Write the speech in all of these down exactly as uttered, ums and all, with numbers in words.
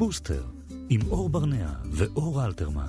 בוסטר, עם אור ברנע ואור אלתרמן.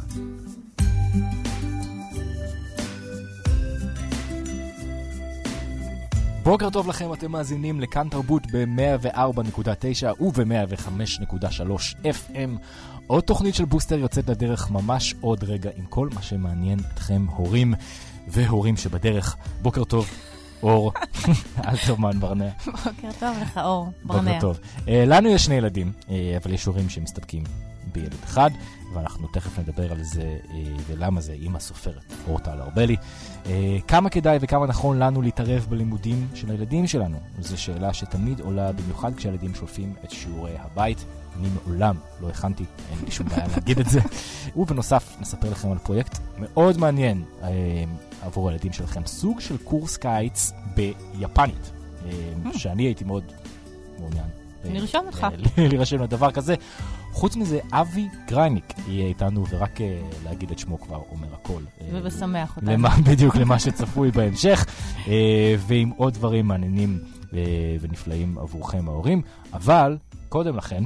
בוקר טוב לכם, אתם מאזינים לכאן תרבות ב-מאה וארבע נקודה תשע וב-מאה וחמש נקודה שלוש אף אם. עוד תוכנית של בוסטר יוצאת לדרך ממש עוד רגע עם כל מה שמעניין אתכם הורים והורים שבדרך. בוקר טוב, אור אלתרמן ברנע. בוקר טוב לך, אור ברנע. בוקר טוב. לנו יש שני ילדים, אבל יש הורים שמסתפקים בילד אחד, ואנחנו תכף נדבר על זה ולמה זה עם הסופרת אורטל ארבלי. כמה כדאי וכמה נכון לנו להתערב בלימודים של הילדים שלנו? זו שאלה שתמיד עולה, במיוחד כשהילדים שולפים את שיעורי הבית. אני מעולם לא הכנתי, אין לי שום בעיה להגיד את זה. ובנוסף נספר לכם על פרויקט מאוד מעניין עבור הילדים שלכם, סוג של קורס קיץ ביפנית, שאני הייתי מאוד מעוניין נרשום אותך להירשם לדבר כזה. חוץ מזה, אבי גרייניק יהיה איתנו, ורק להגיד את שמו כבר אומר הכל. ובשמח אותנו. בדיוק למה שצפוי בהמשך, ועם עוד דברים מעניינים ונפלאים עבורכם ההורים. אבל קודם לכן,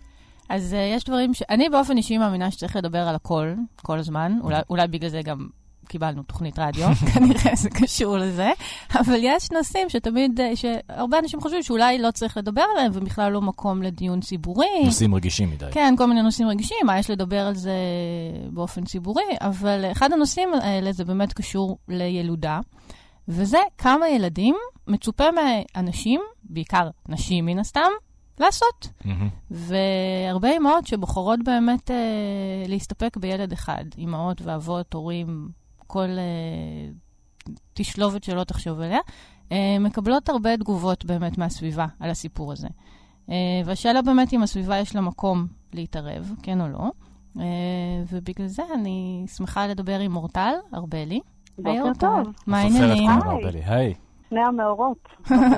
אז יש דברים ש... אני באופן אישי מאמינה שצריך לדבר על הכל, כל הזמן. אולי, אולי בגלל זה גם קיבלנו תוכנית רדיו, כנראה זה קשור לזה. אבל יש נושאים שתמיד, שהרבה אנשים חושבים שאולי לא צריך לדבר עליהם, ובכלל לא מקום לדיון ציבורי. נושאים רגישים מדי. כן, כל מיני נושאים רגישים, מה יש לדבר על זה באופן ציבורי. אבל אחד הנושאים האלה זה באמת קשור לילודה. וזה כמה ילדים מצופה מאנשים, בעיקר נשים מן הסתם, לעשות. Mm-hmm. והרבה אמהות שבוחרות באמת אה, להסתפק בילד אחד. אמהות ואבות, הורים, כל אה, תשלובת שלא תחשוב עליה, אה, מקבלות הרבה תגובות באמת מהסביבה על הסיפור הזה. אה, והשאלה באמת אם הסביבה יש לה מקום להתערב, כן או לא. אה, ובגלל זה אני שמחה לדבר עם אורטל ארבלי. היי אורטל. מה העניינים? היי. שני המאורות.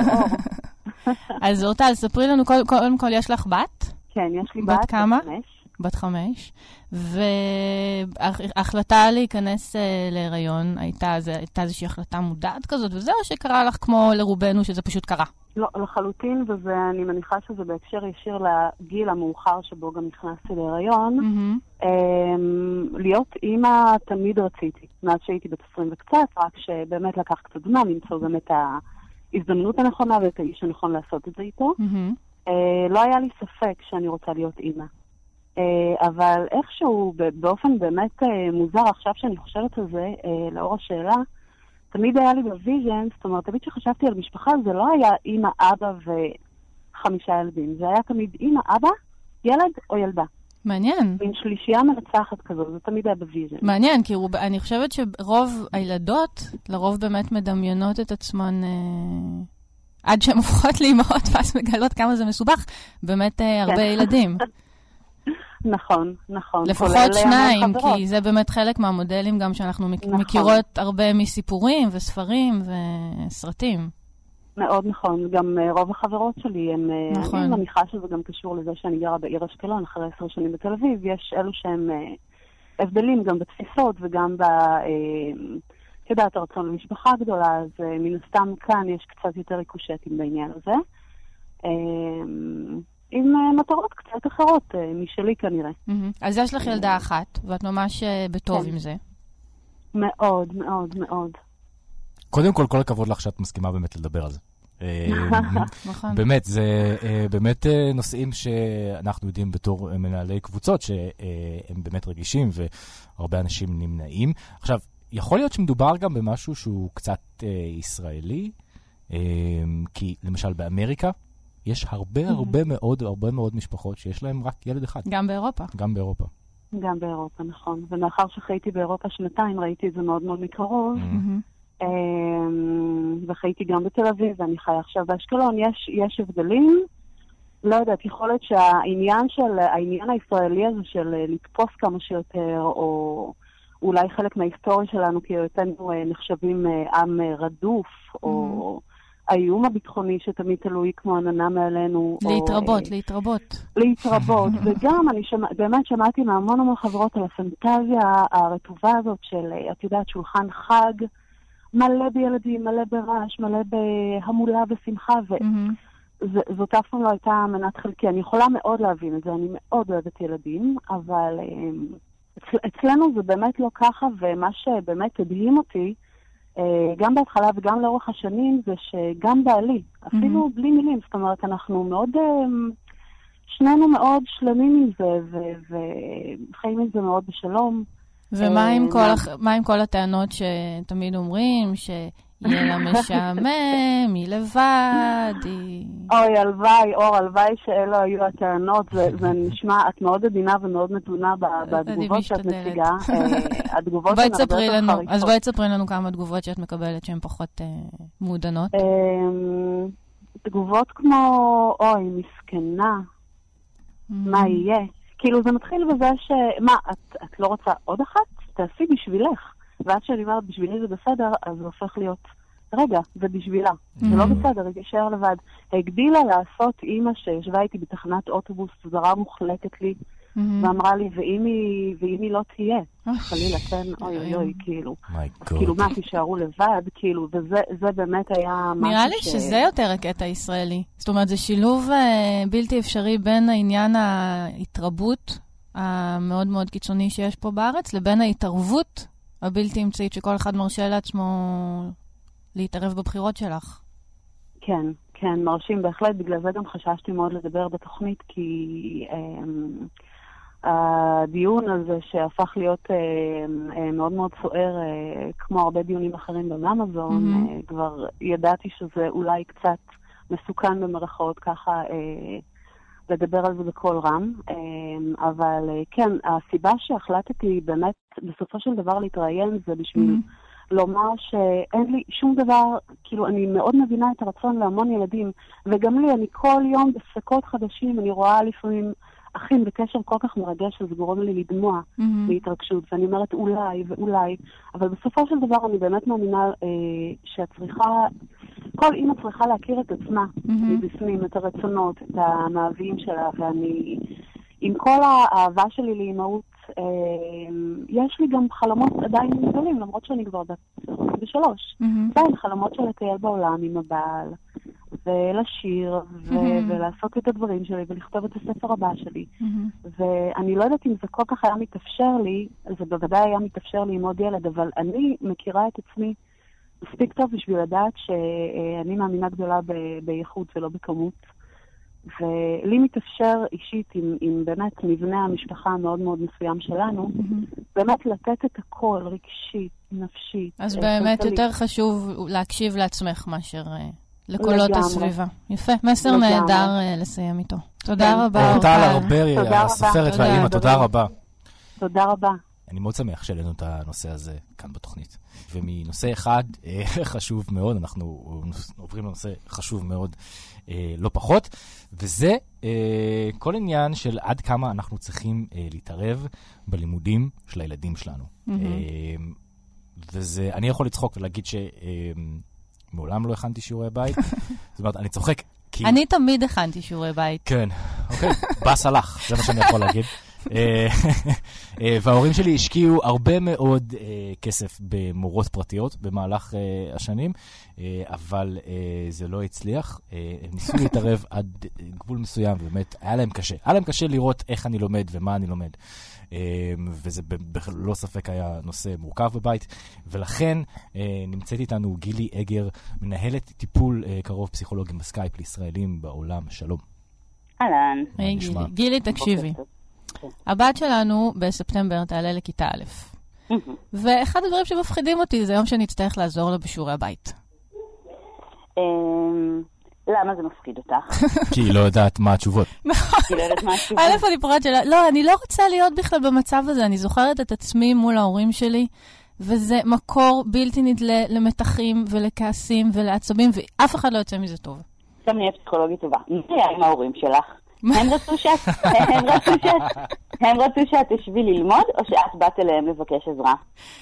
אז אורטל, ספרי לנו, קודם כל יש לך בת? כן, יש לי בת. בת כמה? חמש. בת חמש. וההחלטה להיכנס להיריון, הייתה איזושהי החלטה מודעת כזאת, וזה או שקרה לך כמו לרובנו שזה פשוט קרה? לא, לחלוטין, ואני מניחה שזה בהקשר ישיר לגיל המאוחר שבו גם נכנסתי להיריון. להיות אימא תמיד רציתי, מאז שהייתי בת עשרים וקצת, רק שבאמת לקח קצת זמן, למצוא גם את ההזדמנות הנכונה ואת האיש הנכון לעשות את זה איתו. לא היה לי ספק שאני רוצה להיות אימא. אבל איכשהו, באופן באמת מוזר, עכשיו שאני חושבת על זה, לאור השאלה, תמיד היה לי בוויז'ן, זאת אומרת, תמיד שחשבתי על משפחה, זה לא היה אמא, אבא וחמישה ילדים. זה היה תמיד אמא, אבא, ילד או ילדה. מעניין. עם שלישייה מנצחת כזו, זה תמיד היה בוויז'ן. מעניין, כי רוב, אני חושבת שרוב הילדות, לרוב באמת מדמיינות את עצמן, אה, עד שהן הופכות לאמהות, ואז מגלות כמה זה מסובך, באמת אה, הרבה ילדים. נכון, נכון. לפחות שניים, כי זה באמת חלק מהמודלים גם שאנחנו מכירות הרבה מסיפורים וספרים וסרטים. מאוד נכון. גם רוב החברות שלי, אני מניחה שזה גם קשור לזה שאני גרה בעיר אשקלון אחרי עשר שנים בתל אביב. יש אלו שהם הבדלים גם בתפיסות וגם ב... כדעת הרצון למשפחה גדולה, אז מן הסתם כאן יש קצת יותר ריקושטים בעניין הזה. עם מטרות קצת אחרות, משלי כנראה. אז יש לך ילדה אחת, ואת ממש בטוב עם זה. מאוד, מאוד, מאוד. קודם כל, כל הכבוד לך שאת מסכימה באמת לדבר על זה. באמת, זה באמת נושאים שאנחנו יודעים בתור מנהלי קבוצות, שהם באמת רגישים, והרבה אנשים נמנעים. עכשיו, יכול להיות שמדובר גם במשהו שהוא קצת ישראלי, כי למשל באמריקה, יש הרבה הרבה מאוד, הרבה מאוד משפחות שיש להם רק ילד אחד. גם באירופה. גם באירופה. גם באירופה, נכון. ומאחר שחייתי באירופה שנתיים, ראיתי את זה מאוד מאוד מקרוב. וחייתי גם בתל אביב, ואני חיה עכשיו באשקלון. יש, יש הבדלים. לא יודעת, יכול להיות שהעניין של, העניין הישראלי הזה של לתפוס כמה שיותר, או אולי חלק מההיסטוריה שלנו, כי היותנו נחשבים עם רדוף, או... האיום הביטחוני שתמיד תלוי כמו עננה מעלינו. להתרבות, או, להתרבות. להתרבות, וגם אני שמע, באמת שמעתי מהמון המון חברות על הפנטזיה הרטובה הזאת של, את יודעת, שולחן חג, מלא בילדים, מלא ברעש, מלא בהמולה ושמחה, ו... Mm-hmm. ז- זאת אף פעם לא הייתה מנת חלקי. אני יכולה מאוד להבין את זה, אני מאוד אוהבת ילדים, אבל אצל, אצלנו זה באמת לא ככה, ומה שבאמת הדהים אותי, גם בהתחלה וגם לאורך השנים, זה שגם בעלי, אפילו mm-hmm. בלי מילים, זאת אומרת, אנחנו מאוד, שנינו מאוד שלמים עם זה, וחיים עם זה מאוד בשלום. ומה עם כל, מה עם כל הטענות שתמיד אומרים, שיהיה לה משעמם, היא לבד, היא... אוי, הלוואי, אור, הלוואי שאלו היו הטענות, זה נשמע, את מאוד עדינה ומאוד מתונה בתגובות שאת מציגה. התגובות הן הרבה יותר חריפות. אז בואי תספרי לנו כמה תגובות שאת מקבלת שהן פחות מעודנות. תגובות כמו, אוי, מסכנה, מה יהיה? כאילו זה מתחיל בזה ש... מה, את, את לא רוצה עוד אחת? תעשי בשבילך. ועד שאני אומרת בשבילי זה בסדר, אז זה הופך להיות, רגע, זה בשבילה. Mm-hmm. זה לא בסדר, היא תישאר לבד. הגדילה לעשות אימא שישבה איתי בתחנת אוטובוס, זרה מוחלקת לי, mm-hmm. ואמרה לי, ואם היא, ואם היא לא תהיה, חלילה, כן, אוי אוי אוי, כאילו. כאילו מה, תישארו לבד, כאילו, וזה זה באמת היה משהו ש... נראה לי שזה יותר הקטע הישראלי. זאת אומרת, זה שילוב uh, בלתי אפשרי בין העניין ההתרבות המאוד מאוד קיצוני שיש פה בארץ, לבין ההתערבות הבלתי אמצעית שכל אחד מרשה לעצמו להתערב בבחירות שלך. כן, כן, מרשים בהחלט. בגלל זה גם חששתי מאוד לדבר בתוכנית, כי um, הדיון הזה שהפך להיות uh, uh, מאוד מאוד סוער, uh, כמו הרבה דיונים אחרים במאמזון, mm-hmm. uh, כבר ידעתי שזה אולי קצת מסוכן במרכאות ככה uh, לדבר על זה בכל רם, uh, אבל uh, כן, הסיבה שהחלטתי באמת בסופו של דבר להתראיין זה בשביל mm-hmm. לומר שאין לי שום דבר, כאילו אני מאוד מבינה את הרצון להמון ילדים, וגם לי, אני כל יום בספקות חדשים, אני רואה לפעמים אחים בקשר כל כך מרגש, שזה גורם לי לדמוע mm-hmm. בהתרגשות, ואני אומרת אולי ואולי, אבל בסופו של דבר אני באמת מאמינה אה, שאת צריכה, כל אימא צריכה להכיר את עצמה, mm-hmm. מבפנים, את הרצונות, את המאוויים שלה, ואני, עם כל האהבה שלי לאימהות, אה, יש לי גם חלומות עדיין גדולים, למרות שאני כבר בשלוש. Mm-hmm. עדיין חלומות של לטייל בעולם עם הבעל, ולשיר, ו- mm-hmm. ולעשות את הדברים שלי, ולכתוב את הספר הבא שלי. Mm-hmm. ואני לא יודעת אם זה כל כך היה מתאפשר לי, זה בוודאי היה מתאפשר לי עם עוד ילד, אבל אני מכירה את עצמי מספיק טוב בשביל לדעת שאני מאמינה גדולה ב- בייחוד ולא בכמות. ולי מתאפשר אישית עם, עם באמת מבנה המשפחה המאוד מאוד מסוים שלנו, mm-hmm. באמת לתת את הכל, רגשית, נפשית. אז באמת יותר חשוב להקשיב לעצמך מאשר לקולות הסביבה. יפה, מסר נהדר לסיים איתו. תודה רבה. אורטל ארבלי, הסופרת והאימא, תודה רבה. תודה רבה. אני מאוד שמח שלנו את הנושא הזה כאן בתוכנית. ומנושא אחד חשוב מאוד, אנחנו עוברים לנושא חשוב מאוד לא פחות, וזה כל עניין של עד כמה אנחנו צריכים להתערב בלימודים של הילדים שלנו. וזה, אני יכול לצחוק ולהגיד שמעולם לא הכנתי שיעורי בית. זאת אומרת, אני צוחק כי... אני תמיד הכנתי שיעורי בית. כן, אוקיי, בס הלך, זה מה שאני יכול להגיד. וההורים שלי השקיעו הרבה מאוד כסף במורות פרטיות במהלך השנים, אבל זה לא הצליח. הם ניסו להתערב עד גבול מסוים, ובאמת היה להם קשה. היה להם קשה לראות איך אני לומד ומה אני לומד. וזה בלא ספק היה נושא מורכב בבית, ולכן נמצאת איתנו גילי אגר, מנהלת טיפול קרוב פסיכולוגים בסקייפ לישראלים בעולם. שלום. אהלן. היי גילי. גילי, תקשיבי. הבת שלנו בספטמבר תעלה לכיתה א', ואחד הדברים שמפחידים אותי זה יום שאני אצטרך לעזור לה בשיעורי הבית. למה זה מפחיד אותך? כי היא לא יודעת מה התשובות. כי לא יודעת מה התשובות. א', אני פרט שלה, לא, אני לא רוצה להיות בכלל במצב הזה, אני זוכרת את עצמי מול ההורים שלי, וזה מקור בלתי נדלה למתחים ולכעסים ולעצבים, ואף אחד לא יוצא מזה טוב. עכשיו נהיה פסיכולוגית טובה. מה היה עם ההורים שלך? הם רצו שאת, הם רצו שאת, הם רצו שאת תשבי ללמוד, או שאת באת אליהם לבקש עזרה?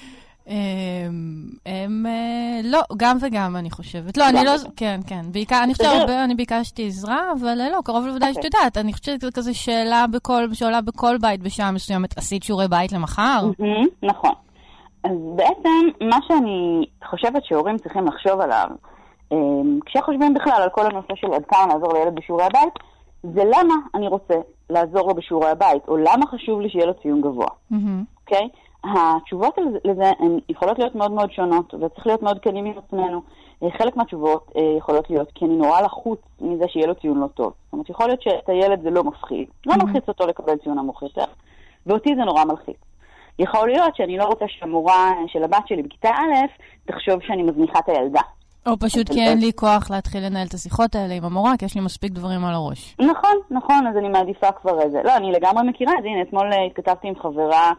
הם, לא, גם וגם אני חושבת. לא, אני לא, כן, כן. אני חושבת הרבה, אני ביקשתי עזרה, אבל לא, קרוב לוודאי שאת יודעת. אני חושבת שזה כזה שאלה בכל, שאלה בכל בית בשעה מסוימת, עשית שיעורי בית למחר? נכון. אז בעצם, מה שאני חושבת שהורים צריכים לחשוב עליו, כשחושבים בכלל על כל הנושא של עד כמה לעזור לילד בשיעורי הבית, זה למה אני רוצה לעזור לו בשיעורי הבית, או למה חשוב לי שיהיה לו ציון גבוה. אוקיי? התשובות לזה הן יכולות להיות מאוד מאוד שונות, וצריך להיות מאוד כנים עם עצמנו. חלק מהתשובות יכולות להיות, כי אני נורא לחוץ מזה שיהיה לו ציון לא טוב. זאת אומרת, יכול להיות שאת הילד זה לא מפחיד, לא מלחיץ אותו לקבל ציון נמוך יותר, ואותי זה נורא מלחיץ. יכול להיות שאני לא רוצה שהמורה של הבת שלי בכיתה א' תחשוב שאני מזניחה את הילדה. או פשוט כי אין לי כוח להתחיל לנהל את השיחות האלה עם המורה, כי יש לי מספיק דברים על הראש. נכון, נכון, אז אני מעדיפה כבר איזה. לא, אני לגמרי מכירה את זה. הנה, אתמול התכתבתי עם חברה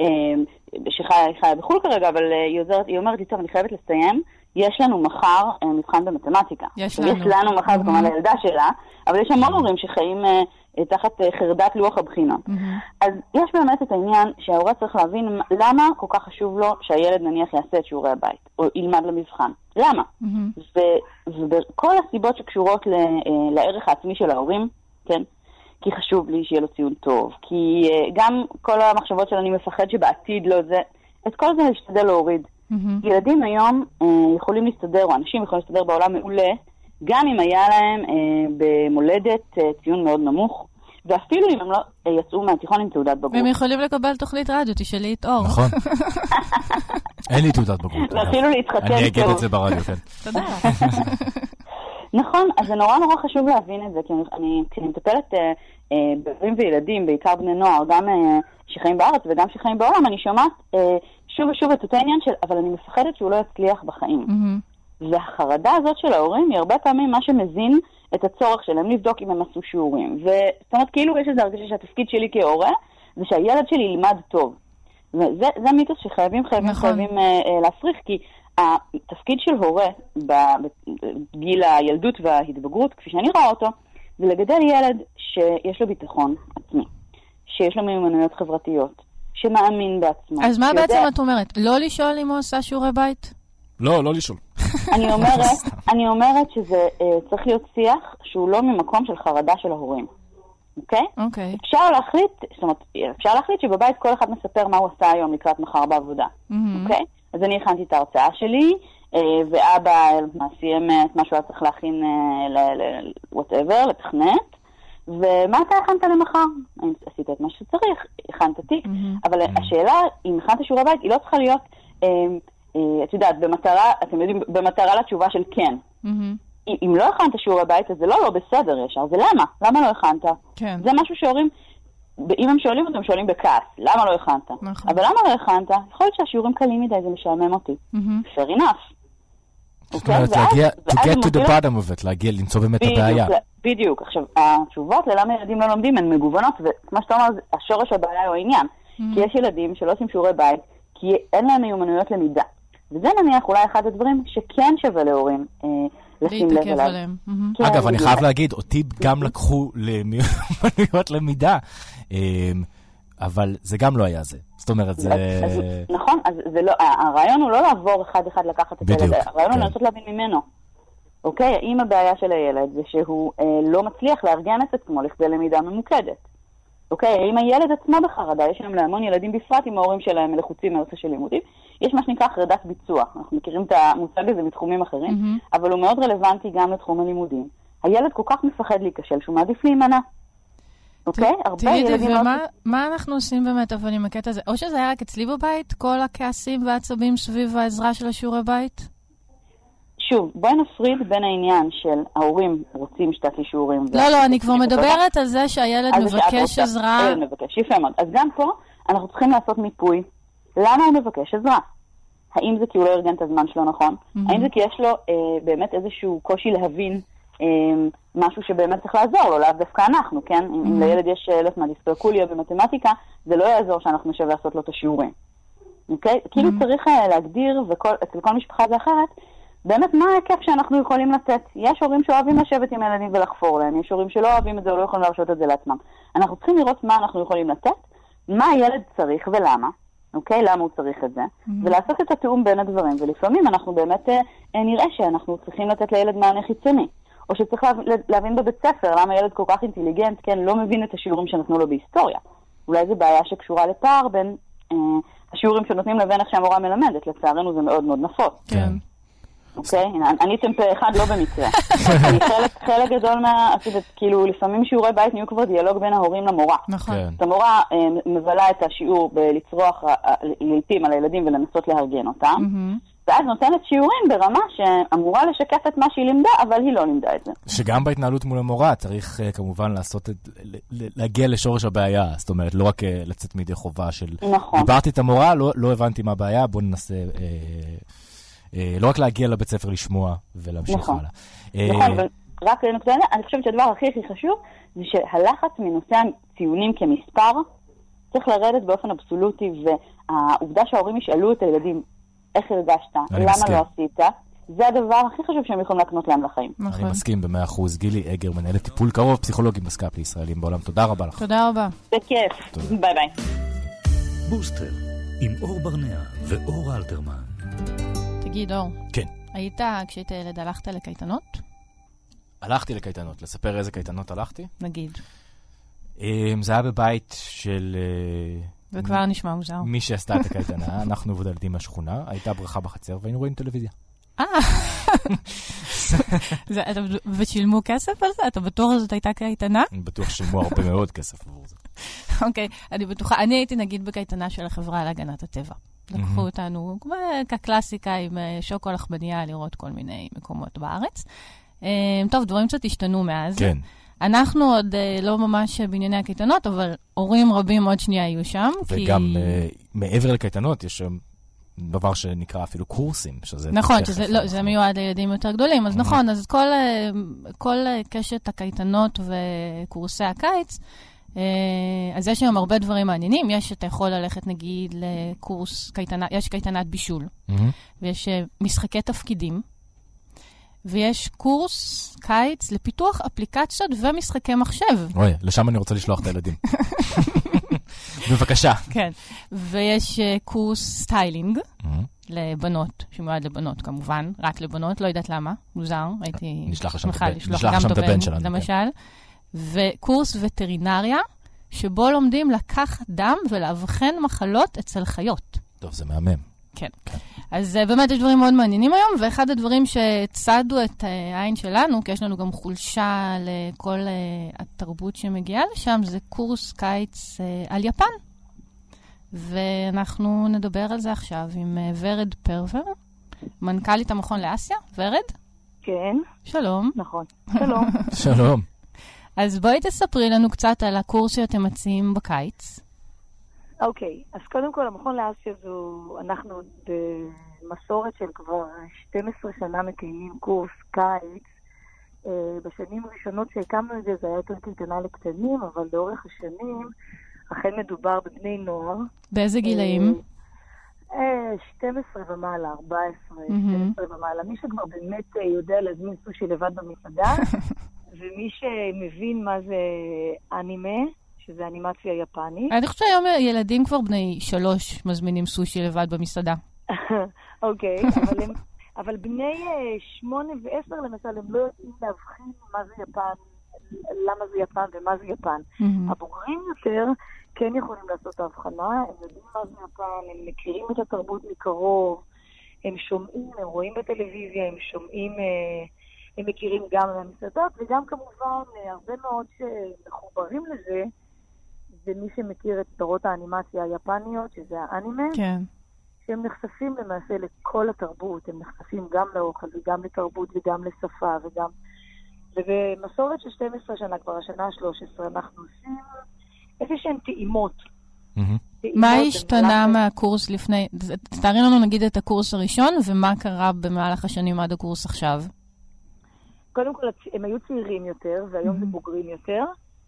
שחיה בחול כרגע, אבל היא אומרת לי, טוב, אני חייבת לסיים. יש לנו מחר מבחן במתמטיקה. יש לנו. יש לנו מחר, זאת אומרת, לילדה שלה, אבל יש המון הורים שחיים תחת חרדת לוח הבחינות. אז יש באמת את העניין שההורה צריך להבין למה כל כך חשוב לו שהילד נניח יעשה את שיעורי הבית, או ילמד למבחן. למה? וכל הסיבות שקשורות לערך העצמי של ההורים, כן? כי חשוב לי שיהיה לו ציון טוב, כי גם כל המחשבות של אני מפחד שבעתיד לא זה, את כל זה להשתדל להוריד. ילדים היום יכולים להסתדר, או אנשים יכולים להסתדר בעולם מעולה, גם אם היה להם במולדת ציון מאוד נמוך, ואפילו אם הם לא יצאו מהתיכון עם תעודת בגרות. והם יכולים לקבל תוכנית רדיו, תשאלי את אור. נכון. אין לי תעודת בגרות. ואפילו להתחתן. אני אגיד את זה ברדיו, כן. תודה. נכון, אז זה נורא נורא חשוב להבין את זה, כי אני מטפלת בבנים וילדים, בעיקר בני נוער, גם שחיים בארץ וגם שחיים בעולם, אני שומעת שוב ושוב את אותו עניין של, אבל אני מפחדת שהוא לא יצליח בחיים. והחרדה הזאת של ההורים היא הרבה פעמים מה שמזין את הצורך שלהם לבדוק אם הם עשו שיעורים. וזאת אומרת, כאילו יש איזה הרגשה שהתפקיד שלי כהורה זה שהילד שלי ילמד טוב. וזה זה מיתוס שחייבים חייבים נכון. חייבים uh, להפריך, כי התפקיד של הורה בגיל הילדות וההתבגרות, כפי שאני רואה אותו, זה לגדל ילד שיש לו ביטחון עצמי, שיש לו מיומנויות חברתיות, שמאמין בעצמו. אז מה שיודע... בעצם את אומרת? לא לשאול אם הוא עושה שיעורי בית? לא, לא לשאול. אני אומרת, אני אומרת שזה uh, צריך להיות שיח שהוא לא ממקום של חרדה של ההורים. אוקיי? אוקיי. אפשר להחליט, זאת אומרת, אפשר להחליט שבבית כל אחד מספר מה הוא עשה היום לקראת מחר בעבודה. אוקיי? אז אני הכנתי את ההרצאה שלי, ואבא סיים את מה שהוא היה צריך להכין ל-whatever, לתכנת, ומה אתה הכנת למחר? עשית את מה שצריך, הכנת תיק, אבל השאלה, אם הכנת שיעורי בית, היא לא צריכה להיות, את יודעת, במטרה, אתם יודעים, במטרה לתשובה של כן. אם לא הכנת שיעורי בית, אז זה לא לא בסדר ישר, זה למה? למה לא הכנת? כן. זה משהו שהורים, אם הם שואלים אותם, שואלים בכעס, למה לא הכנת? נכון. אבל למה לא הכנת? יכול להיות שהשיעורים קלים מדי, זה משעמם אותי. fair enough. זאת אומרת, להגיע, to get to the bottom of it, להגיע, למצוא באמת הבעיה. בדיוק. עכשיו, התשובות ללמה ילדים לא לומדים הן מגוונות, וכמו שאתה אומר, השורש הבעיה הוא העניין. כי יש ילדים שלא עושים שיעורי בית, כי אין להם מיומנויות למידה. וזה נניח אולי אחד הדברים שכן שווה להורים לשים לב אליו. אגב, אני חייב להגיד, אותי גם לקחו למיומנויות למידה, אבל זה גם לא היה זה. זאת אומרת, זה... נכון, אז הרעיון הוא לא לעבור אחד אחד לקחת את הילד, הרעיון הוא לנסות להבין ממנו. אוקיי, האם הבעיה של הילד זה שהוא לא מצליח לארגן את עצמו לכדי למידה ממוקדת. אוקיי, האם הילד עצמו בחרדה, יש להם להמון ילדים בפרט עם ההורים שלהם מלחוצים מהנושא של לימודים, יש מה שנקרא חרדת ביצוע. אנחנו מכירים את המושג הזה מתחומים אחרים, mm-hmm. אבל הוא מאוד רלוונטי גם לתחום הלימודים. הילד כל כך מפחד להיכשל שהוא מעדיף להימנע. אוקיי? הרבה ילדים... ומה מה אנחנו עושים באמת אבל עם הקטע הזה? או שזה היה רק אצלי בבית, כל הכעסים והעצבים סביב העזרה של השיעורי בית? שוב, בואי נפריד בין העניין של ההורים רוצים שתעשי שיעורים. לא, לא, אני כבר מדברת על זה שהילד מבקש עזרה. הילד מבקש, יפה מאוד. אז גם פה אנחנו צריכים לעשות מיפוי. למה הוא מבקש עזרה? האם זה כי הוא לא ארגן את הזמן שלו נכון? האם זה כי יש לו באמת איזשהו קושי להבין משהו שבאמת צריך לעזור לו, לאו דווקא אנחנו, כן? אם לילד יש אלף מהדיספרקוליה במתמטיקה, זה לא יעזור שאנחנו נשב לעשות לו את השיעורים. אוקיי? כאילו צריך להגדיר, ואצל כל משפחה זה אחרת, באמת מה ההיקף שאנחנו יכולים לתת? יש הורים שאוהבים לשבת עם ילדים ולחפור להם, יש הורים שלא אוהבים את זה או לא יכולים להרשות את זה לעצמם. אנחנו צריכים לראות מה אנחנו יכולים לתת, מה הילד צריך ולמה, אוקיי? למה הוא צריך את זה, ולעשות את התאום בין הדברים, ולפעמים אנחנו באמת נראה שאנחנו צריכים לתת לילד מענה חיצוני, או שצריך להבין בבית ספר למה ילד כל כך אינטליגנט, כן, לא מבין את השיעורים שנתנו לו בהיסטוריה. אולי זו בעיה שקשורה לפער בין אה, השיעורים שנותנים לבין איך שהמורה מלמדת, לצערנו זה מאוד מאוד נפוץ. כן. אוקיי? עניתם פה אחד לא במקרה. חלק גדול מה... כאילו, לפעמים שיעורי בית נהיו כבר דיאלוג בין ההורים למורה. נכון. את המורה מבלה את השיעור בלצרוח לעתים על הילדים ולנסות להרגן אותם. ואז נותנת שיעורים ברמה שאמורה לשקף את מה שהיא לימדה, אבל היא לא לימדה את זה. שגם בהתנהלות מול המורה צריך כמובן לעשות את, להגיע לשורש הבעיה, זאת אומרת, לא רק לצאת מידי חובה של... נכון. דיברתי את המורה, לא, לא הבנתי מה הבעיה, בוא ננסה... אה, אה, לא רק להגיע לבית ספר לשמוע ולהמשיך נכון. הלאה. נכון, ורק לנקודה, אני חושבת שהדבר הכי הכי חשוב, זה שהלחץ מנושא הציונים כמספר, צריך לרדת באופן אבסולוטי, והעובדה שההורים ישאלו את הילדים, איך הרגשת? למה מסכים. לא עשית? זה הדבר הכי חשוב שהם יכולים להקנות להם לחיים. נכון. אני מסכים במאה אחוז. גילי אגר, מנהלת טיפול קרוב, פסיכולוגים בסקאפ לישראלים בעולם. תודה רבה לך. תודה רבה. זה כיף. ביי ביי. בוסטר, עם אור ברנע ואור אלתרמן. תגיד, אור. כן. היית, כשהיית ילד, הלכת לקייטנות? הלכתי לקייטנות. לספר איזה קייטנות הלכתי? נגיד. זה היה בבית של... זה כבר נשמע מוזר. מי שעשתה את הקייטנה, אנחנו עבוד ילדים מהשכונה, הייתה ברכה בחצר והיינו רואים טלוויזיה. אה, ושילמו כסף על זה? אתה בטוח זאת הייתה קייטנה? אני בטוח שילמו הרבה מאוד כסף עבור זה. אוקיי, אני בטוחה, אני הייתי נגיד בקייטנה של החברה להגנת הטבע. לקחו אותנו כקלאסיקה עם שוקו לחמניה לראות כל מיני מקומות בארץ. טוב, דברים קצת השתנו מאז. כן. אנחנו עוד לא ממש בענייני הקייטנות, אבל הורים רבים עוד שנייה היו שם. וגם מעבר לקייטנות יש שם דבר שנקרא אפילו קורסים. נכון, זה מיועד לילדים יותר גדולים. אז נכון, אז כל קשת הקייטנות וקורסי הקיץ, אז יש היום הרבה דברים מעניינים. יש, אתה יכול ללכת נגיד לקורס קייטנה, יש קייטנת בישול, ויש משחקי תפקידים, ויש קורס קיץ לפיתוח אפליקציות ומשחקי מחשב. אוי, לשם אני רוצה לשלוח את הילדים. בבקשה. כן. ויש קורס סטיילינג לבנות, שמיועד לבנות כמובן, רק לבנות, לא יודעת למה, מוזר, הייתי שמחה לשלוח גם את הבן שלנו, למשל. וקורס וטרינריה, שבו לומדים לקחת דם ולאבחן מחלות אצל חיות. טוב, זה מהמם. כן. אז באמת יש דברים מאוד מעניינים היום, ואחד הדברים שצדו את העין שלנו, כי יש לנו גם חולשה לכל התרבות שמגיעה לשם, זה קורס קיץ על יפן. ואנחנו נדבר על זה עכשיו עם ורד פרבר, מנכ"לית המכון לאסיה. ורד? כן. שלום. נכון. שלום. שלום. אז בואי תספרי לנו קצת על הקורס שאתם מציעים בקיץ. אוקיי, אז קודם כל, המכון לאסיה זו, אנחנו במסורת של כבר שתים עשרה שנה מקיימים קורס קיץ. בשנים הראשונות שהקמנו את זה, זה היה יותר קייטנה לקטנים, אבל לאורך השנים, אכן מדובר בבני נוער. באיזה גילאים? שתים עשרה ומעלה, ארבע עשרה, שתים עשרה ומעלה. מי שכבר באמת יודע להזמין סושי לבד במסעדה, ומי שמבין מה זה אנימה, שזה אנימציה יפנית. אני חושבת שהיום ילדים כבר בני שלוש מזמינים סושי לבד במסעדה. אוקיי, אבל בני שמונה ועשר למשל, הם לא יודעים להבחין מה זה יפן, למה זה יפן ומה זה יפן. הבוגרים יותר כן יכולים לעשות את ההבחנה, הם יודעים מה זה יפן, הם מכירים את התרבות מקרוב, הם שומעים, הם רואים בטלוויזיה, הם שומעים, הם מכירים גם מהמסעדות, וגם כמובן הרבה מאוד שמחוברים לזה, ומי שמכיר את סדרות האנימציה היפניות, שזה האנימה, כן. שהם נחשפים למעשה לכל התרבות, הם נחשפים גם לאוכל וגם לתרבות וגם לשפה וגם... ובמסורת של שתים עשרה שנה, כבר השנה ה-שלוש עשרה, אנחנו עושים איזשהן טעימות. מה השתנה מהקורס לפני... תארי לנו נגיד את הקורס הראשון, ומה קרה במהלך השנים עד הקורס עכשיו? קודם כל, הם היו צעירים יותר, והיום זה בוגרים יותר.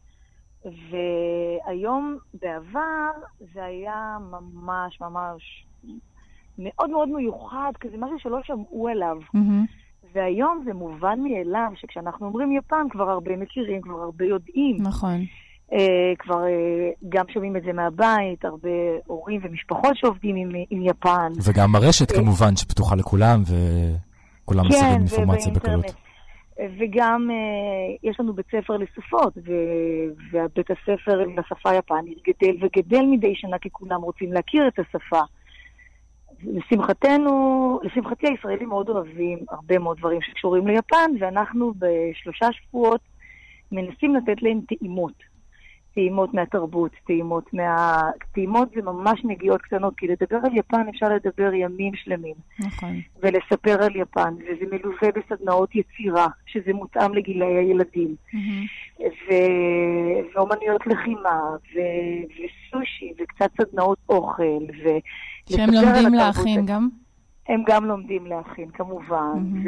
והיום, בעבר, זה היה ממש ממש מאוד מאוד מיוחד, כזה משהו שלא שמעו אליו. והיום זה מובן מאליו, שכשאנחנו אומרים יפן, כבר הרבה מכירים, כבר הרבה יודעים. נכון. כבר גם שומעים את זה מהבית, הרבה הורים ומשפחות שעובדים עם, עם יפן. וגם הרשת כמובן שפתוחה לכולם, וכולם משיגים אינפורמציה בקלות. וגם יש לנו בית ספר לשפות, ובית הספר לשפה היפנית גדל וגדל מדי שנה, כי כולם רוצים להכיר את השפה. לשמחתנו, לשמחתי הישראלים מאוד אוהבים הרבה מאוד דברים שקשורים ליפן, ואנחנו בשלושה שבועות מנסים לתת להם טעימות. טעימות מהתרבות, טעימות מה... טעימות זה ממש נגיעות קטנות, כי לדבר על יפן אפשר לדבר ימים שלמים. נכון. ולספר על יפן, וזה מלווה בסדנאות יצירה, שזה מותאם לגילי הילדים. Mm-hmm. ו... ואומנויות לחימה, ו... וסושי, וקצת סדנאות אוכל, ו... שהם לומדים להכין גם? הם גם לומדים להכין, כמובן. Mm-hmm. ו...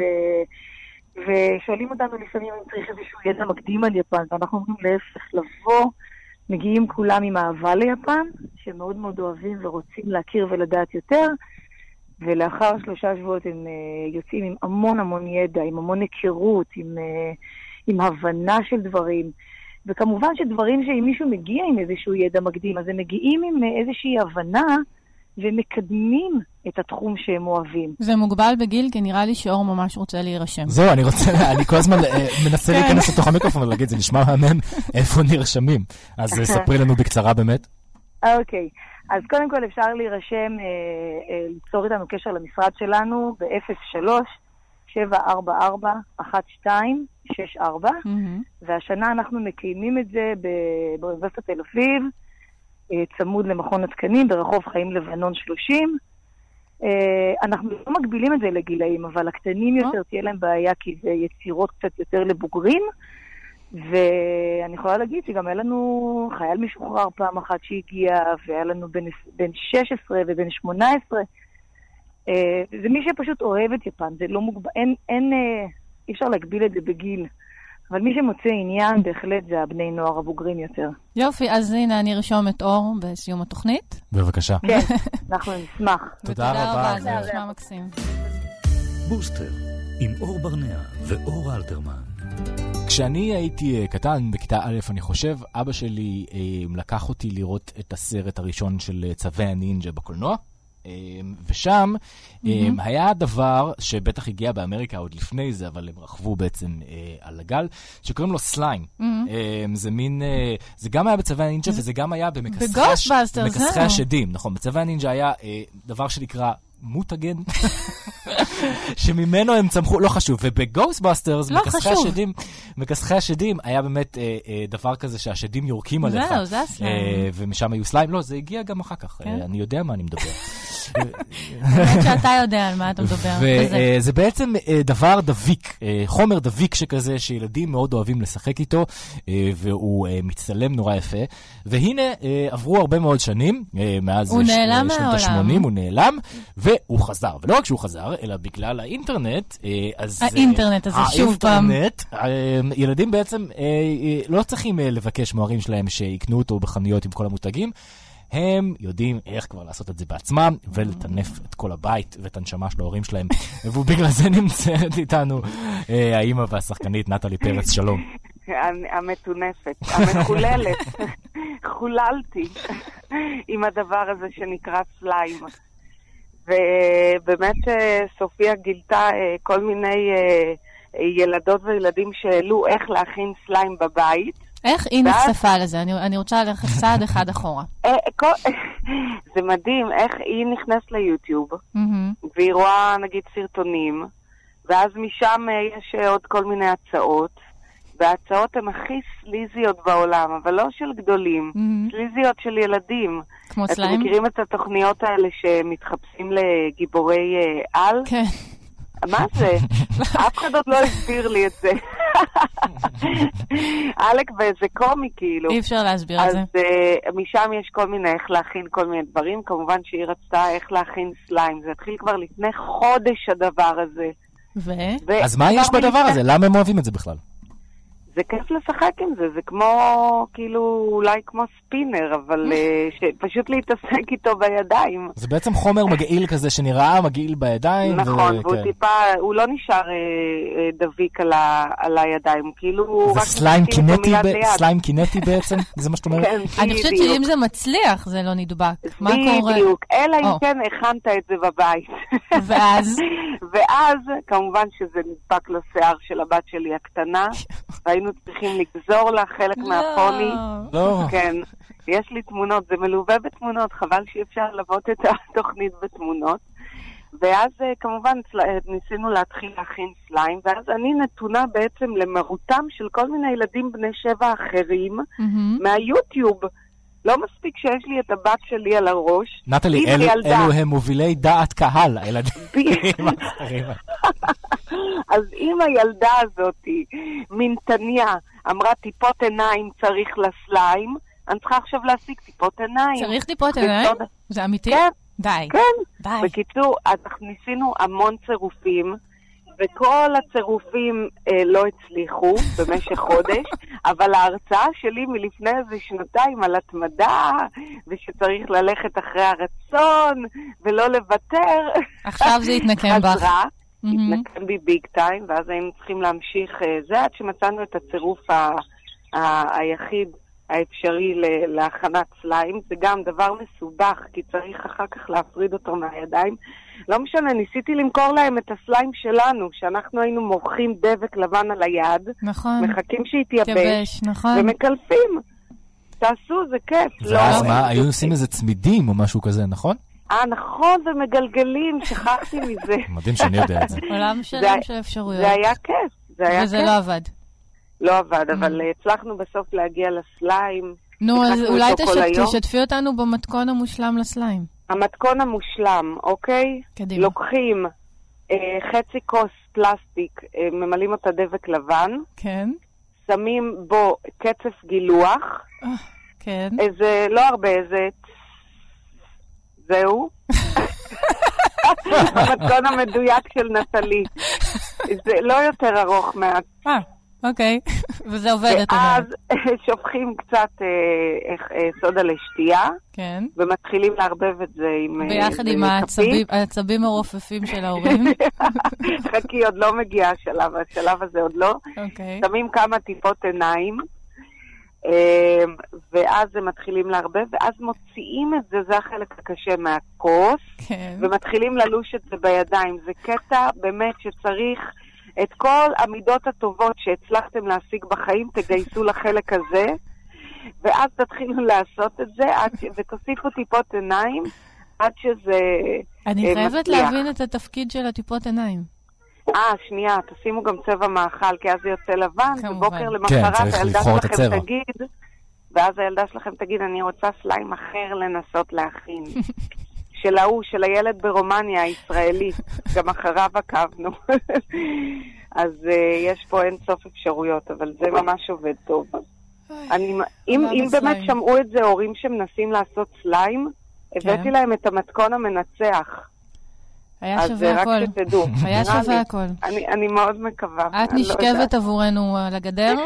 ושואלים אותנו לפעמים אם צריך איזשהו ידע מקדים על יפן, ואנחנו אומרים להפך, לבוא, מגיעים כולם עם אהבה ליפן, שמאוד מאוד אוהבים ורוצים להכיר ולדעת יותר, ולאחר שלושה שבועות הם uh, יוצאים עם המון המון ידע, עם המון היכרות, עם, uh, עם הבנה של דברים, וכמובן שדברים שאם מישהו מגיע עם איזשהו ידע מקדים, אז הם מגיעים עם uh, איזושהי הבנה, ומקדמים את התחום שהם אוהבים. זה מוגבל בגיל, כי נראה לי שאור ממש רוצה להירשם. זהו, אני רוצה, אני כל הזמן מנסה להיכנס לתוך המיקרופון ולהגיד, זה נשמע מהמם, איפה נרשמים. אז ספרי לנו בקצרה באמת. אוקיי, אז קודם כל אפשר להירשם, ליצור איתנו קשר למשרד שלנו ב-אפס שלוש שבע ארבע ארבע אחת שתיים שש ארבע, והשנה אנחנו מקיימים את זה באוניברסיטת תל אביב, צמוד למכון התקנים, ברחוב חיים לבנון שלושים. אנחנו לא מגבילים את זה לגילאים, אבל הקטנים יותר תהיה להם בעיה, כי זה יצירות קצת יותר לבוגרים, ואני יכולה להגיד שגם היה לנו חייל משוחרר פעם אחת שהגיע, והיה לנו בין, בין שש עשרה ובין שמונה עשרה. זה מי שפשוט אוהב את יפן, זה לא מוגבל, אין, אין, אי אפשר להגביל את זה בגיל. אבל מי שמוצא עניין, בהחלט זה הבני נוער הבוגרים יותר. יופי, אז הנה אני ארשום את אור בסיום התוכנית. בבקשה. כן, אנחנו נשמח. תודה רבה. זה נשמע מקסים. בוסטר, עם אור ברנע ואור אלתרמן. כשאני הייתי קטן, בכיתה א', אני חושב, אבא שלי לקח אותי לראות את הסרט הראשון של צווי הנינג'ה בקולנוע. ושם mm-hmm. היה דבר שבטח הגיע באמריקה עוד לפני זה, אבל הם רכבו בעצם אה, על הגל, שקוראים לו סליים. Mm-hmm. אה, זה מין, אה, זה גם היה בצווי הנינג'ה, mm-hmm. וזה גם היה במכסחי הש... השדים. נכון, בצווי הנינג'ה היה אה, דבר שנקרא מוטגן, שממנו הם צמחו, לא חשוב, ובגוסטבאסטרס, לא מכסחי השדים, מכסחי השדים, היה באמת אה, אה, דבר כזה שהשדים יורקים עליך. זהו, זה הסליים. אה, ומשם היו סליים, לא, זה הגיע גם אחר כך, אה, אני יודע מה אני מדבר. באמת שאתה יודע על מה אתה מדבר. וזה בעצם דבר דביק, חומר דביק שכזה, שילדים מאוד אוהבים לשחק איתו, והוא מצטלם נורא יפה, והנה עברו הרבה מאוד שנים, מאז שנות ה-שמונים, הוא נעלם, והוא חזר. ולא רק שהוא חזר, אלא בגלל האינטרנט, אז... האינטרנט הזה שוב פעם. האינטרנט, ילדים בעצם לא צריכים לבקש מההורים שלהם שיקנו אותו בחנויות עם כל המותגים, הם יודעים איך כבר לעשות את זה בעצמם, ולטנף את כל הבית ואת הנשמה של ההורים שלהם. ובגלל זה נמצאת איתנו האמא והשחקנית נטלי פרץ, שלום. המטונפת, המחוללת. חוללתי עם הדבר הזה שנקרא סליים. ובאמת סופיה גילתה כל מיני ילדות וילדים שאלו איך להכין סליים בבית. איך היא נחשפה לזה? אני, אני רוצה ללכת צעד אחד אחורה. זה מדהים איך היא נכנסת ליוטיוב, והיא רואה נגיד סרטונים, ואז משם יש עוד כל מיני הצעות, וההצעות הן הכי סליזיות בעולם, אבל לא של גדולים, סליזיות של ילדים. כמו סליים? אתם מכירים את התוכניות האלה שמתחפשים לגיבורי על? כן. מה זה? אף אחד עוד לא הסביר לי את זה. אלק באיזה קומי כאילו. אי אפשר להסביר את זה. אז משם יש כל מיני איך להכין כל מיני דברים. כמובן שהיא רצתה איך להכין סליים. זה התחיל כבר לפני חודש הדבר הזה. ו? אז מה יש בדבר הזה? למה הם אוהבים את זה בכלל? זה כיף לשחק עם זה, זה כמו, כאילו, אולי כמו ספינר, אבל פשוט להתעסק איתו בידיים. זה בעצם חומר מגעיל כזה שנראה מגעיל בידיים. נכון, והוא טיפה, הוא לא נשאר דביק על הידיים, כאילו... זה סליים קינטי בעצם? זה מה שאת אומרת? אני חושבת שאם זה מצליח, זה לא נדבק. מה קורה? בדיוק, אלא אם כן הכנת את זה בבית. ואז? ואז, כמובן שזה נדבק לשיער של הבת שלי הקטנה, והיינו צריכים לגזור לה חלק מהפוני. לא. כן, יש לי תמונות, זה מלווה בתמונות, חבל שאי אפשר ללוות את התוכנית בתמונות. ואז כמובן ניסינו להתחיל להכין סליים, ואז אני נתונה בעצם למרותם של כל מיני ילדים בני שבע אחרים mm-hmm. מהיוטיוב. לא מספיק שיש לי את הבת שלי על הראש. נטלי, אלו, אלו הם מובילי דעת קהל, הילדים. אז אם הילדה הזאת, מנתניה, אמרה טיפות עיניים צריך לסליים, אני צריכה עכשיו להשיג טיפות עיניים. צריך טיפות עיניים? זה אמיתי? כן. די. כן. די. בקיצור, אנחנו ניסינו המון צירופים, וכל הצירופים אה, לא הצליחו במשך חודש, אבל ההרצאה שלי מלפני איזה שנתיים על התמדה, ושצריך ללכת אחרי הרצון, ולא לוותר. עכשיו זה התנקם בך. חזרה, התנקם בי ביג טיים, ואז היינו צריכים להמשיך אה, זה, עד שמצאנו את הצירוף ה- ה- היחיד האפשרי ל- להכנת סליים. זה גם דבר מסובך, כי צריך אחר כך להפריד אותו מהידיים. לא משנה, ניסיתי למכור להם את הסליים שלנו, שאנחנו היינו מורחים דבק לבן על היד, נכון. מחכים שיתייבש, תייבש, נכון. ומקלפים. תעשו, זה כיף. ואז לא, מה, היו עושים איזה צמידים או משהו כזה, נכון? אה, נכון, ומגלגלים, שכחתי מזה. מדהים שאני יודע את זה. עולם שלם של אפשרויות. זה היה כיף, זה היה וזה כיף. לא עבד. לא עבד, אבל הצלחנו בסוף להגיע לסליים. נו, אז אולי תשתפי אותנו במתכון המושלם לסליים. המתכון המושלם, אוקיי? קדימה. לוקחים אה, חצי כוס פלסטיק, אה, ממלאים אותה דבק לבן. כן. שמים בו קצף גילוח. אה, כן. איזה, לא הרבה, איזה... זהו. המתכון המדויק של נטלי. זה לא יותר ארוך מעט. אה. אוקיי, וזה עובד, את אומרת. ואז שופכים קצת אה, אה, סודה לשתייה, כן. ומתחילים לערבב את זה עם ביחד עם העצבים, העצבים הרופפים של ההורים. חכי, עוד לא מגיע השלב, השלב הזה עוד לא. אוקיי. שמים כמה טיפות עיניים, אה, ואז הם מתחילים לערבב, ואז מוציאים את זה, זה החלק הקשה מהכוס, כן. ומתחילים ללוש את זה בידיים. זה קטע באמת שצריך... את כל המידות הטובות שהצלחתם להשיג בחיים, תגייסו לחלק הזה, ואז תתחילו לעשות את זה, ש... ותוסיפו טיפות עיניים, עד שזה אני uh, חייבת מצליח. להבין את התפקיד של הטיפות עיניים. אה, שנייה, תשימו גם צבע מאכל, כי אז זה יוצא לבן, ובוקר למחרת כן, הילדה שלכם תגיד, ואז הילדה שלכם תגיד, אני רוצה סליים אחר לנסות להכין. של ההוא, של הילד ברומניה הישראלי, גם אחריו עקבנו. אז uh, יש פה אין סוף אפשרויות, אבל זה ממש עובד טוב. אני, אם, אם באמת שמעו את זה הורים שמנסים לעשות סליים, כן. הבאתי להם את המתכון המנצח. היה שווה הכל. אז רק שתדעו. היה שווה הכל. אני, אני מאוד מקווה. את נשכבת לא עבורנו על הגדר?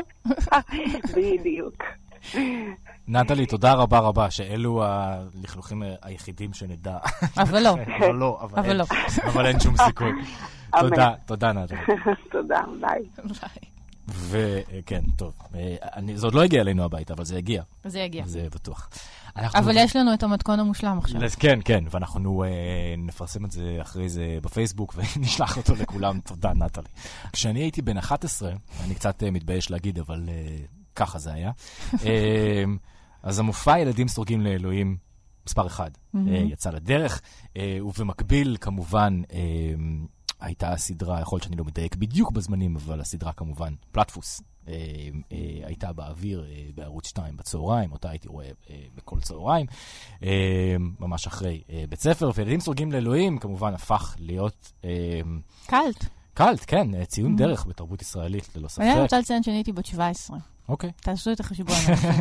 בדיוק. נטלי, תודה רבה רבה, שאלו הלכלוכים היחידים שנדע. אבל לא. אבל לא, אבל לא. אבל אין שום סיכוי. תודה, תודה נטלי. תודה, ביי. וכן, טוב. זה עוד לא הגיע אלינו הביתה, אבל זה יגיע. זה יגיע. זה בטוח. אבל יש לנו את המתכון המושלם עכשיו. כן, כן, ואנחנו נפרסם את זה אחרי זה בפייסבוק, ונשלח אותו לכולם. תודה, נטלי. כשאני הייתי בן אחת עשרה, אני קצת מתבייש להגיד, אבל ככה זה היה. אז המופע ילדים סורגים לאלוהים, מספר אחד, יצא לדרך, ובמקביל, כמובן, הייתה הסדרה, יכול להיות שאני לא מדייק בדיוק בזמנים, אבל הסדרה כמובן, פלטפוס, הייתה באוויר בערוץ שתיים בצהריים, אותה הייתי רואה בכל צהריים, ממש אחרי בית ספר, וילדים סורגים לאלוהים, כמובן, הפך להיות... קלט. קלט, כן, ציון דרך בתרבות ישראלית, ללא ספק. אני רוצה לציין שאני הייתי בת שבע עשרה. אוקיי. תעשו את החשיבון.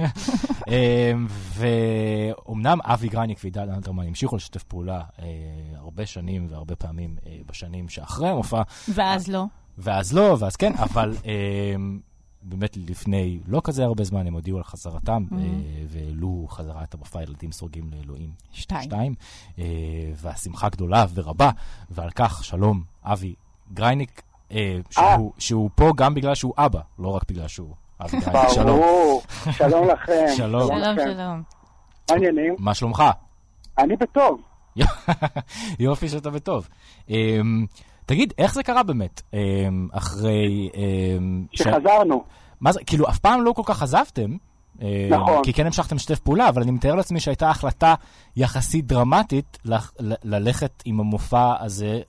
ואומנם אבי גרייניק ועידן אלתרמן המשיכו לשתף פעולה הרבה שנים והרבה פעמים בשנים שאחרי המופע. ואז לא. ואז לא, ואז כן, אבל באמת לפני לא כזה הרבה זמן הם הודיעו על חזרתם, והעלו חזרת המופע ילדים סורגים לאלוהים. שתיים. והשמחה גדולה ורבה, ועל כך שלום אבי גרייניק, שהוא פה גם בגלל שהוא אבא, לא רק בגלל שהוא... שלום. שלום לכם. שלום. שלום, שלום. מה העניינים? מה שלומך? אני בטוב. יופי שאתה בטוב. תגיד, איך זה קרה באמת? אחרי... שחזרנו. מה זה? כאילו, אף פעם לא כל כך עזבתם, נכון. כי כן המשכתם לשתף פעולה, אבל אני מתאר לעצמי שהייתה החלטה יחסית דרמטית ללכת עם המופע הזה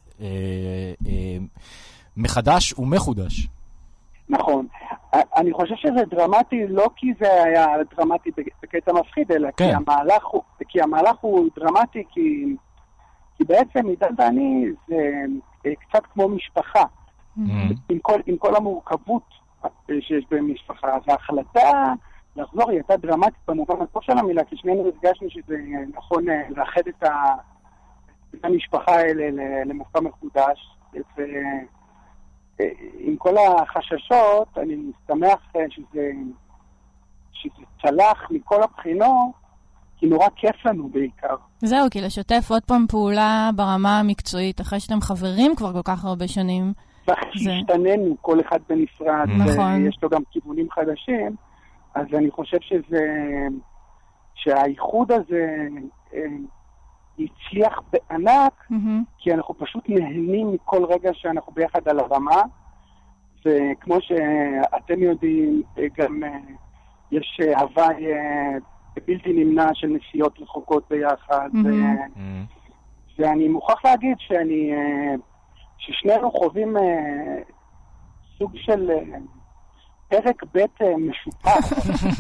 מחדש ומחודש. נכון. אני חושב שזה דרמטי לא כי זה היה דרמטי בקטע מפחיד, אלא כי המהלך הוא, כי המהלך הוא דרמטי, כי, כי בעצם עידן ואני זה קצת כמו משפחה. עם כל, עם כל המורכבות שיש במשפחה. אז ההחלטה לחזור היא הייתה דרמטית במובן הטוב של המילה, כי שנינו הרגשנו שזה נכון לאחד את המשפחה האלה למופע מחודש. ו... עם כל החששות, אני מסתמך שזה, שזה צלח מכל הבחינות, כי נורא כיף לנו בעיקר. זהו, כי לשתף עוד פעם פעולה ברמה המקצועית, אחרי שאתם חברים כבר כל כך הרבה שנים. השתננו, כל אחד בנפרד, נכון. יש לו גם כיוונים חדשים, אז אני חושב שזה, שהאיחוד הזה יצליח בענק, Mm-hmm. כי אנחנו פשוט נהנים מכל רגע שאנחנו ביחד על הרמה, וכמו שאתם יודעים, גם יש הוואי בלתי נמנע של נסיעות רחוקות ביחד, Mm-hmm. ו... ואני מוכרח להגיד שאני, ששנינו חווים סוג של פרק ב' משופח.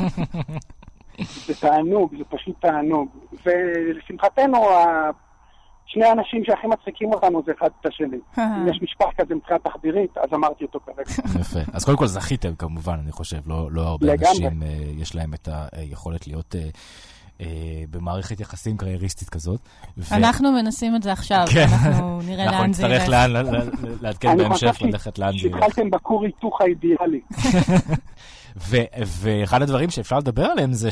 זה תענוג, זה פשוט תענוג. ולשמחתנו, שני האנשים שהכי מצחיקים אותנו זה אחד את השני. אם יש משפח כזה מבחינה תחבירית, אז אמרתי אותו כרגע. יפה. אז קודם כל זכיתם כמובן, אני חושב. לא, לא הרבה אנשים יש להם את היכולת להיות במערכת יחסים קרייריסטית כזאת. אנחנו מנסים את זה עכשיו. אנחנו נראה לאן זה ילך. אנחנו נצטרך לעדכן בהמשך ללכת לאן זה ילך. שהתחלתם בכור היתוך האידיאלי. ואחד הדברים שאפשר לדבר עליהם זה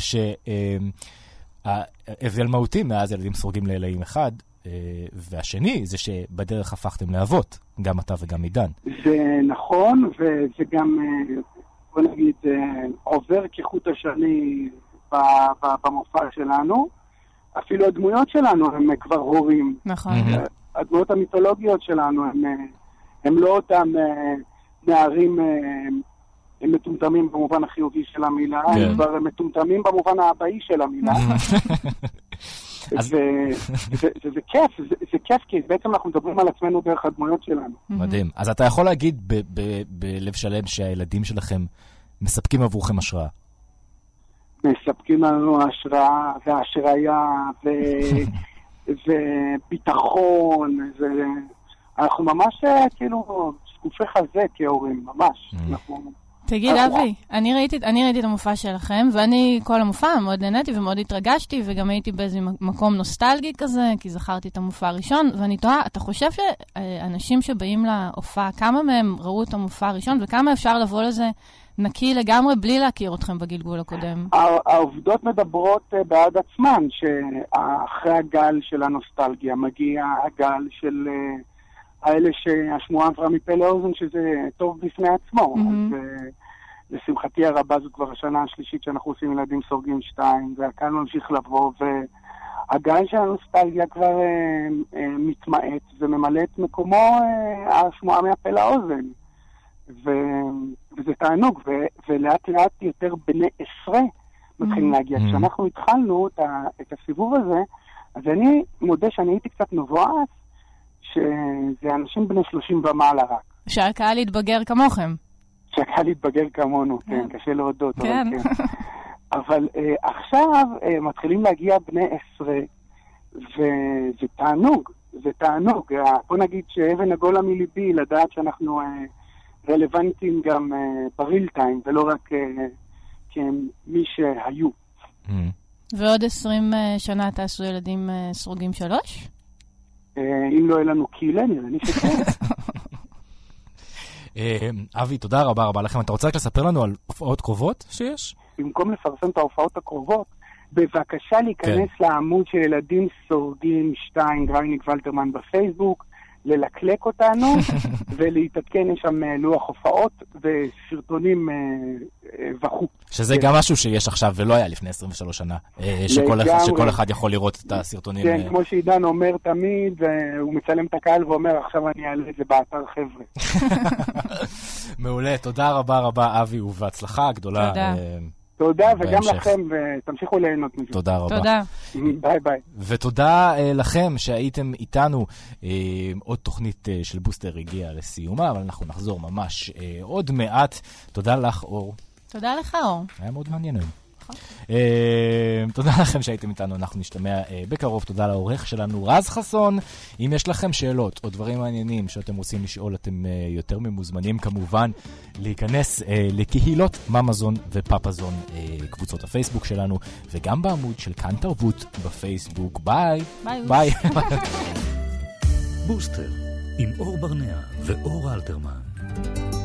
שההבדל מהותי מאז ילדים סורגים לילאים אחד, והשני זה שבדרך הפכתם לאבות, גם אתה וגם עידן. זה נכון, וזה גם, בוא נגיד, עובר כחוט השני במופע שלנו. אפילו הדמויות שלנו הם כבר הורים. נכון. הדמויות המיתולוגיות שלנו הם לא אותם נערים הם מטומטמים במובן החיובי של המילה, הם כבר מטומטמים במובן האבאי של המילה. וזה כיף, זה כיף, כי בעצם אנחנו מדברים על עצמנו דרך הדמויות שלנו. מדהים. אז אתה יכול להגיד בלב שלם שהילדים שלכם מספקים עבורכם השראה? מספקים לנו השראה והשראיה וביטחון. אנחנו ממש כאילו סקופי חזה כהורים, ממש. אנחנו... תגיד, אבי, אני ראיתי, אני ראיתי את המופע שלכם, ואני כל המופע מאוד נהניתי ומאוד התרגשתי, וגם הייתי באיזה מקום נוסטלגי כזה, כי זכרתי את המופע הראשון, ואני תוהה, אתה חושב שאנשים שבאים להופעה, כמה מהם ראו את המופע הראשון, וכמה אפשר לבוא לזה נקי לגמרי בלי להכיר אתכם בגלגול הקודם? העובדות מדברות בעד עצמן, שאחרי הגל של הנוסטלגיה מגיע הגל של... האלה שהשמועה עברה מפה לאוזן, שזה טוב בפני עצמו. Mm-hmm. אז לשמחתי הרבה, זאת כבר השנה השלישית שאנחנו עושים ילדים סורגים שתיים, והקהל ממשיך לבוא, והגל של הנוסטלגיה כבר אה, אה, מתמעט, וממלא את מקומו אה, השמועה מהפה לאוזן. ו, וזה תענוג, ו, ולאט לאט יותר בני עשרה מתחילים mm-hmm. להגיע. Mm-hmm. כשאנחנו התחלנו את, ה, את הסיבוב הזה, אז אני מודה שאני הייתי קצת מבואס, שזה אנשים בני שלושים ומעלה רק. שהקהל יתבגר כמוכם. שהקהל יתבגר כמונו, כן, קשה להודות. כן. אבל, כן. אבל uh, עכשיו uh, מתחילים להגיע בני עשרה, וזה תענוג, זה תענוג. Uh, בוא נגיד שאבן הגולה מליבי, לדעת שאנחנו uh, רלוונטיים גם uh, בריל טיים, ולא רק uh, כמי שהיו. Mm. ועוד עשרים uh, שנה תעשו ילדים uh, סרוגים שלוש? אם לא יהיה לנו קילה, נראה לי שכן. אבי, תודה רבה רבה לכם. אתה רוצה רק לספר לנו על הופעות קרובות שיש? במקום לפרסם את ההופעות הקרובות, בבקשה להיכנס לעמוד של ילדים סורגים שתיים, גרייניק ולטרמן בפייסבוק, ללקלק אותנו ולהתעדכן, יש שם לוח הופעות וסרטונים וכו'. שזה גם משהו שיש עכשיו ולא היה לפני עשרים ושלוש שנה, שכל אחד יכול לראות את הסרטונים. כן, כמו שעידן אומר תמיד, הוא מצלם את הקהל ואומר, עכשיו אני אעלה את זה באתר חבר'ה. מעולה, תודה רבה רבה אבי, ובהצלחה גדולה תודה, וגם לכם, ותמשיכו ליהנות מזה. תודה רבה. תודה. ביי ביי. ותודה לכם שהייתם איתנו. עוד תוכנית של בוסטר הגיעה לסיומה, אבל אנחנו נחזור ממש עוד מעט. תודה לך, אור. תודה לך, אור. היה מאוד מעניין היום. תודה לכם שהייתם איתנו, אנחנו נשתמע בקרוב. תודה לעורך שלנו רז חסון. אם יש לכם שאלות או דברים מעניינים שאתם רוצים לשאול, אתם יותר ממוזמנים כמובן להיכנס לקהילות ממזון ופאפזון, קבוצות הפייסבוק שלנו, וגם בעמוד של כאן תרבות בפייסבוק. ביי. ביי. בוסטר עם אור ברנע ואור אלתרמן.